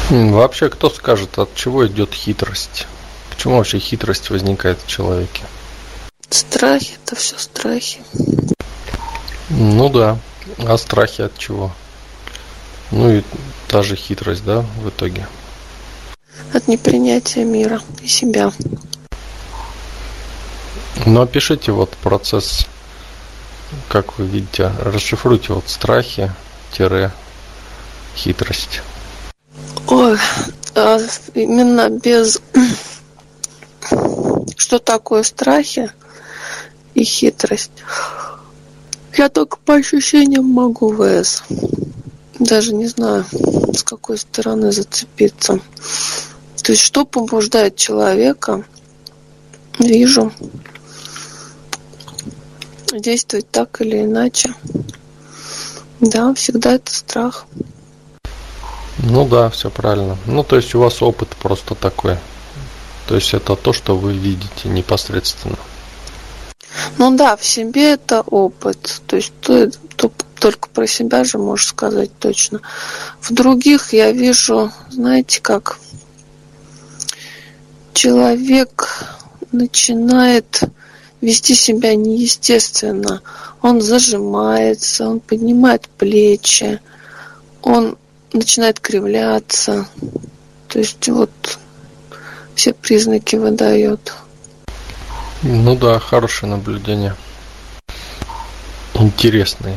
Вообще, кто скажет, от чего идет хитрость? Почему вообще хитрость возникает в человеке? Страхи, это все страхи. Ну да. А страхи от чего? Ну и та же хитрость, да, в итоге. От непринятия мира и себя. Ну опишите вот процесс, как вы видите, расшифруйте вот страхи, хитрость. Ой, именно без... Что такое страхи и хитрость? Я только по ощущениям могу ВС. Даже не знаю, с какой стороны зацепиться. То есть, что побуждает человека, вижу, действовать так или иначе. Да, всегда это страх. Ну да, все правильно. Ну то есть у вас опыт просто такой. То есть это то, что вы видите непосредственно. Ну да, в себе это опыт. То есть ты только про себя же можешь сказать точно. В других я вижу, знаете, как человек начинает вести себя неестественно. Он зажимается, он поднимает плечи, он начинает кривляться. То есть вот все признаки выдает. Ну да, хорошее наблюдение. Интересные.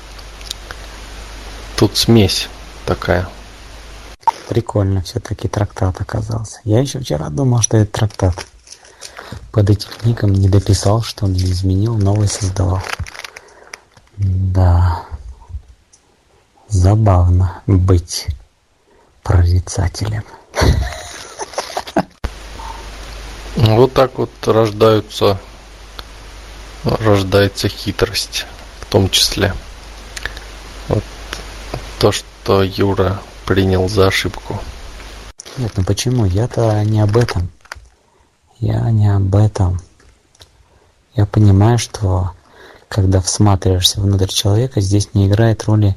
Тут смесь такая. Прикольно все-таки трактат оказался. Я еще вчера думал, что это трактат. Под этим ником не дописал, что ли, изменил, новый создавал. Да. Забавно быть прорицателем. Вот так вот рождается хитрость, в том числе. Вот то, что Юра принял за ошибку. Нет, ну почему? Я-то не об этом. Я не об этом. Я понимаю, что когда всматриваешься внутрь человека, здесь не играет роли,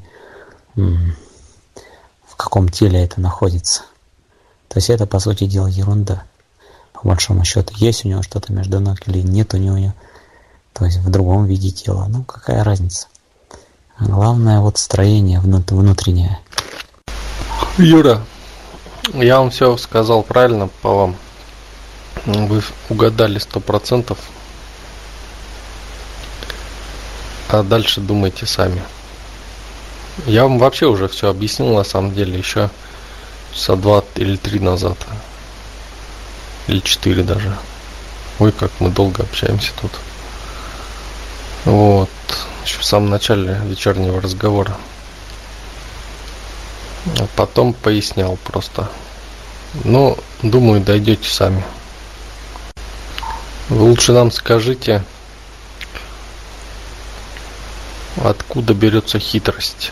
в каком теле это находится. То есть это, по сути дела, ерунда. По большому счету, есть у него что-то между ног или нет у него, то есть в другом виде тела. Ну, какая разница? Главное вот строение внутреннее. Юра, я вам все сказал правильно по вам. Вы угадали 100%. А дальше думайте сами. Я вам вообще уже все объяснил, на самом деле, еще часа 2 или 3 назад. Или 4 даже. Ой, как мы долго общаемся тут. Вот. Еще в самом начале вечернего разговора. А потом пояснял просто. Ну, думаю, дойдете сами. Вы лучше нам скажите, откуда берется хитрость?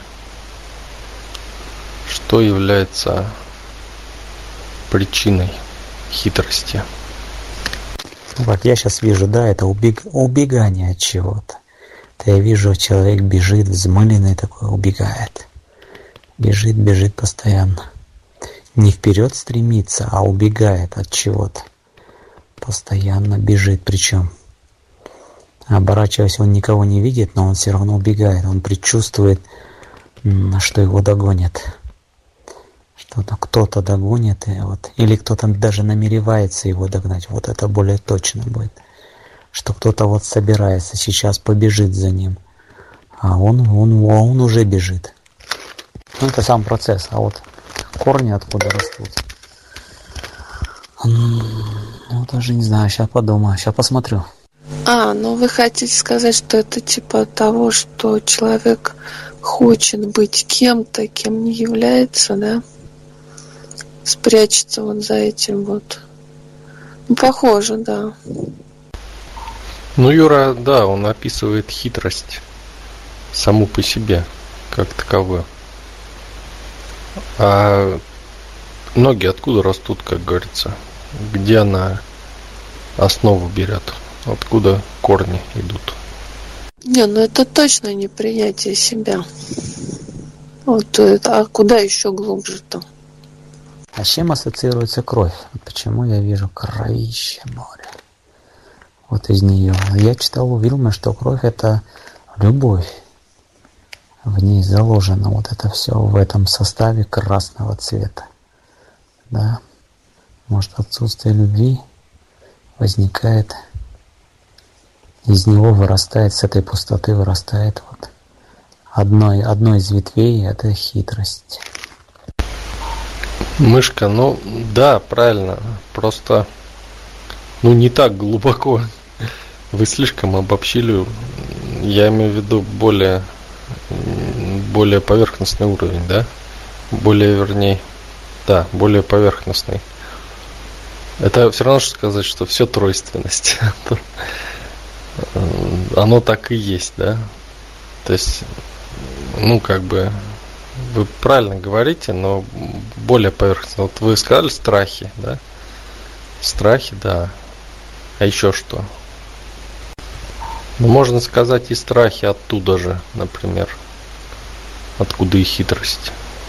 Что является причиной хитрости? Вот я сейчас вижу, да, это убегание от чего-то. Я вижу, человек бежит, взмыленный такой, убегает. Бежит постоянно. Не вперед стремится, а убегает от чего-то. Постоянно бежит, причем. Оборачиваясь, он никого не видит, но он все равно убегает. Он предчувствует, что его догонят. Что-то кто-то догонит, и вот, или кто-то даже намеревается его догнать. Вот это более точно будет. Что кто-то вот собирается, сейчас побежит за ним. А он уже бежит. Ну, это сам процесс. А вот корни откуда растут? Ну, даже не знаю, сейчас подумаю, сейчас посмотрю. Ну вы хотите сказать, что это типа того, что человек хочет быть кем-то, кем не является, да? Спрячется вот за этим вот. Ну, похоже, да. Ну, Юра, да, он описывает хитрость саму по себе, как таковую. А ноги откуда растут, как говорится? Где она основу берет? Откуда корни идут? Не, ну это точно не принятие себя. Вот это, а куда еще глубже-то? А с чем ассоциируется кровь? Почему я вижу кровище море? Вот из нее. Я читал у Вильмы, что кровь — это любовь. В ней заложено вот это все в этом составе красного цвета. Да? Может, отсутствие любви возникает, из него вырастает, с этой пустоты вырастает вот одной из ветвей — это хитрость. Мышка, ну да, правильно. Просто, не так глубоко. Вы слишком обобщили. Я имею в виду более поверхностный уровень, да? Более поверхностный. Это все равно, что сказать, что все тройственность. Оно так и есть, да? То есть, вы правильно говорите, но более поверхностно. Вот вы сказали страхи, да? Страхи, да. А еще что? Можно сказать и страхи оттуда же, например. Откуда и хитрость.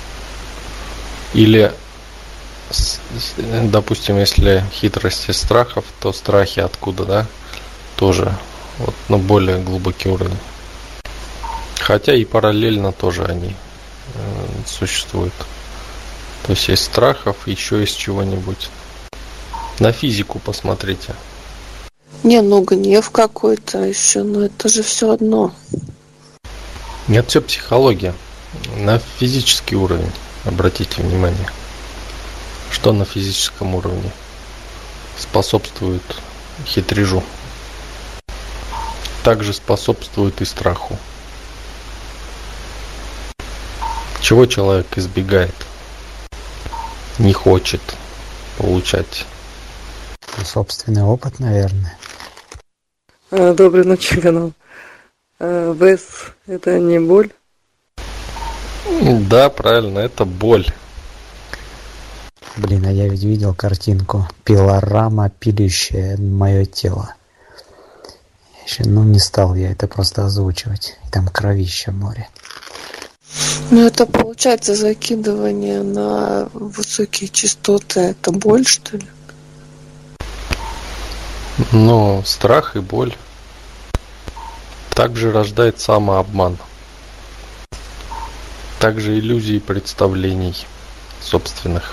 Или, допустим, если хитрость из страхов, то страхи откуда, да? Тоже, более глубокий уровень. Хотя и параллельно тоже они существуют. То есть из страхов, еще из чего-нибудь. На физику посмотрите. Гнев какой-то еще, но это же все одно. Нет, все психология. На физический уровень обратите внимание. Что на физическом уровне способствует хитрежу? Также способствует и страху. Чего человек избегает? Не хочет получать. Собственный опыт, наверное. Доброй ночи, канал. ВС — это не боль? Да, правильно, это боль. А я ведь видел картинку. Пилорама, пилящая мое тело. Еще, не стал я это просто озвучивать. Там кровище море. Это получается закидывание на высокие частоты. Это боль, что ли? Страх и боль. Также рождает самообман. Также иллюзии представлений собственных.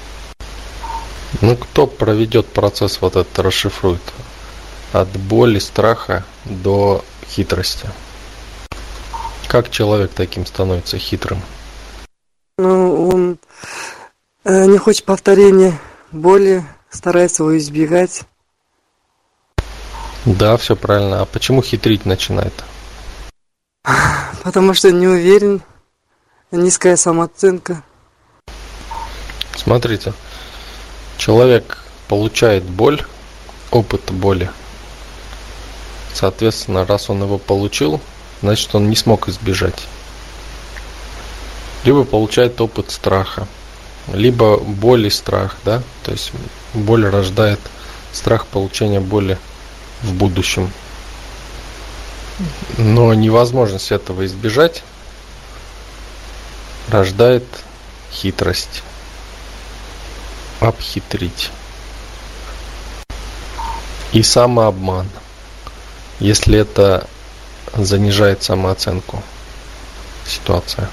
Кто проведет процесс этот, расшифрует? От боли, страха до хитрости. Как человек таким становится хитрым? Он не хочет повторения боли, старается его избегать. Да, все правильно. А почему хитрить начинает? Потому что не уверен, низкая самооценка. Смотрите, человек получает боль, опыт боли. Соответственно, раз он его получил, значит, он не смог избежать. Либо получает опыт страха, либо боль и страх, да? То есть боль рождает страх получения боли в будущем. Но невозможность этого избежать рождает хитрость. Обхитрить. И самообман. Если это занижает самооценку. Ситуация.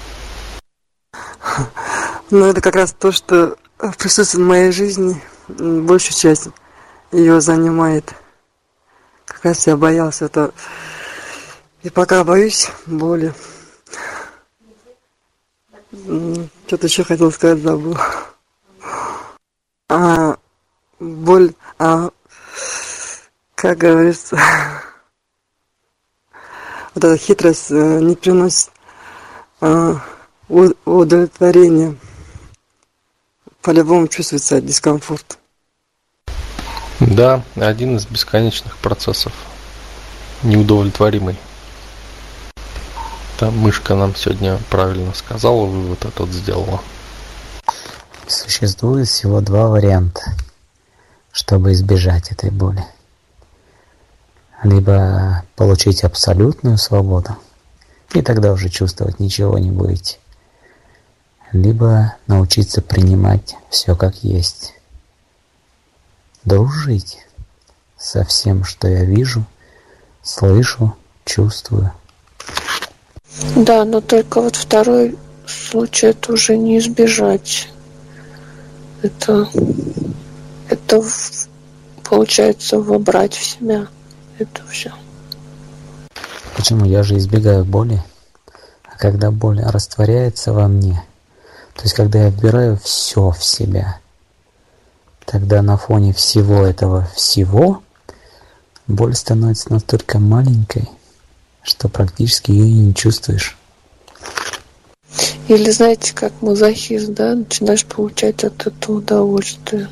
Это как раз то, что присутствует в моей жизни. Большую часть ее занимает. Как раз я боялся этого. И пока боюсь боли. Что-то еще хотел сказать, забыл. Боль, как говорится, вот эта хитрость не приносит удовлетворения. По-любому чувствуется дискомфорт. Да, один из бесконечных процессов. Неудовлетворимый. Там мышка нам сегодня правильно сказала, вывод этот сделала. Существует всего два варианта, чтобы избежать этой боли. Либо получить абсолютную свободу, и тогда уже чувствовать ничего не будете. либо научиться принимать все как есть. Дружить со всем, что я вижу, слышу, чувствую. Да, но только вот второй случай это уже не избежать. Это получается вобрать в себя это все. Почему? Я же избегаю боли. А когда боль растворяется во мне, то есть когда я вбираю все в себя, тогда на фоне всего этого всего боль становится настолько маленькой, что практически ее и не чувствуешь. Или знаете, как мазохист, да, начинаешь получать от этого удовольствие.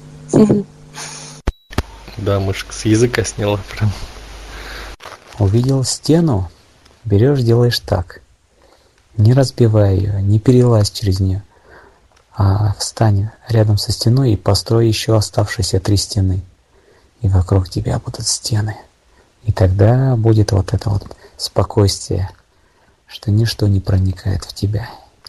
Да, мышка с языка сняла прям. Увидел стену, берешь, делаешь так. Не разбивай ее, не перелазь через нее, а встань рядом со стеной и построй еще оставшиеся 3 стены. И вокруг тебя будут стены. И тогда будет вот это вот спокойствие, что ничто не проникает в тебя.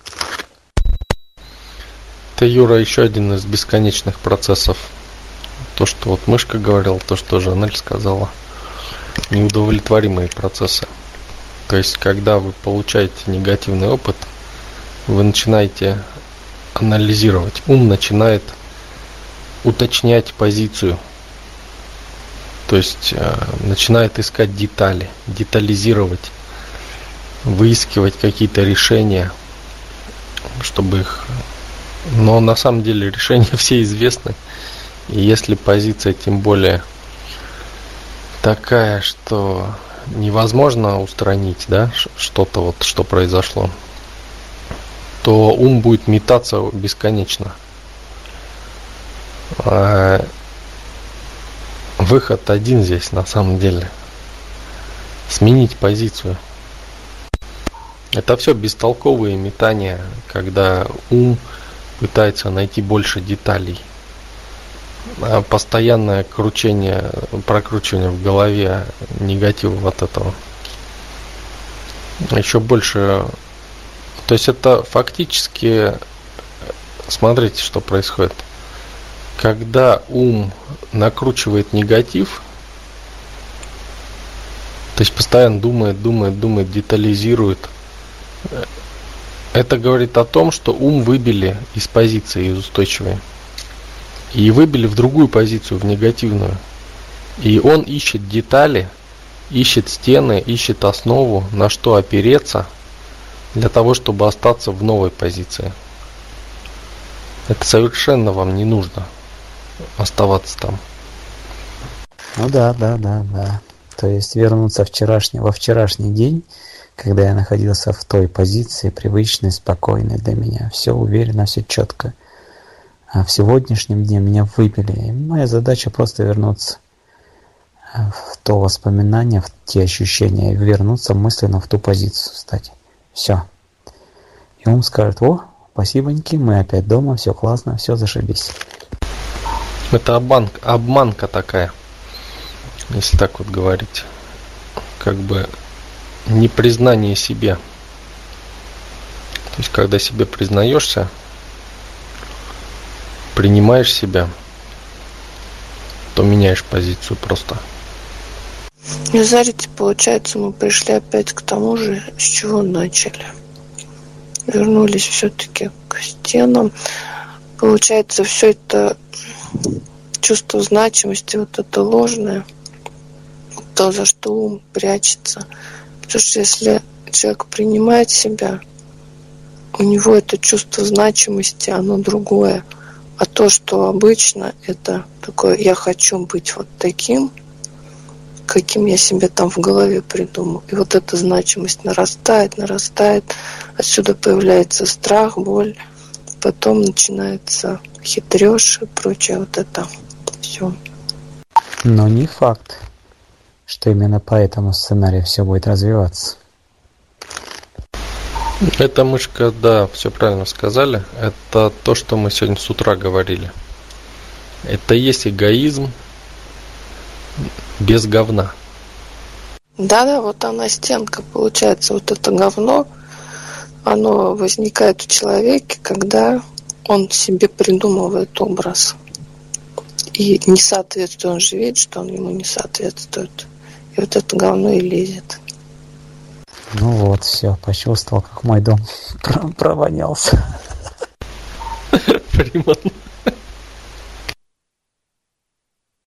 Это, Юра, еще один из бесконечных процессов. То, что вот мышка говорила, то, что Жанель сказала. Неудовлетворимые процессы. То есть, когда вы получаете негативный опыт, вы начинаете анализировать. Ум начинает уточнять позицию. То есть, начинает искать детали, детализировать, выискивать какие-то решения, чтобы их... Но на самом деле решения все известны. И если позиция тем более такая, что невозможно устранить, да, что-то вот, что произошло, то ум будет метаться бесконечно. А выход один здесь на самом деле. Сменить позицию. Это все бестолковые метания, когда ум пытается найти больше деталей. Постоянное прокручивание в голове негатива вот этого. Еще больше. То есть это фактически, смотрите, что происходит. Когда ум накручивает негатив, то есть постоянно думает, детализирует, это говорит о том, что ум выбили из позиции, из устойчивой. И выбили в другую позицию, в негативную. И он ищет детали, ищет стены, ищет основу, на что опереться, для того, чтобы остаться в новой позиции. Это совершенно вам не нужно оставаться там. Ну да. То есть вернуться во вчерашний день, когда я находился в той позиции, привычной, спокойной для меня. Все уверенно, все четко. А в сегодняшнем дне меня выбили. И моя задача просто вернуться в то воспоминание, в те ощущения, и вернуться мысленно в ту позицию, кстати. Все. И ум скажет: о, спасибоньки, мы опять дома, все классно, все зашибись. Это обманка такая, если так вот говорить. Как бы непризнание себе. То есть, когда себе признаешься, принимаешь себя, то меняешь позицию просто. И смотрите, получается, мы пришли опять к тому же, с чего начали. Вернулись все-таки к стенам. Получается, все это чувство значимости, вот это ложное, то, за что ум прячется. Потому что если человек принимает себя, у него это чувство значимости, оно другое. А то, что обычно, это такое: я хочу быть вот таким, каким я себе там в голове придумал. И вот эта значимость нарастает. Отсюда появляется страх, боль. Потом начинается хитрёж и прочее вот это все. Но не факт, что именно по этому сценарию все будет развиваться. Это, мышка, да, все правильно сказали. Это то, что мы сегодня с утра говорили. Это есть эгоизм без говна. Да, вот она стенка, получается, вот это говно, оно возникает у человека, когда он себе придумывает образ. И не соответствует, он же видит, что он ему не соответствует. И вот это говно и лезет. Ну вот, все, почувствовал, как мой дом провонялся. Примерно.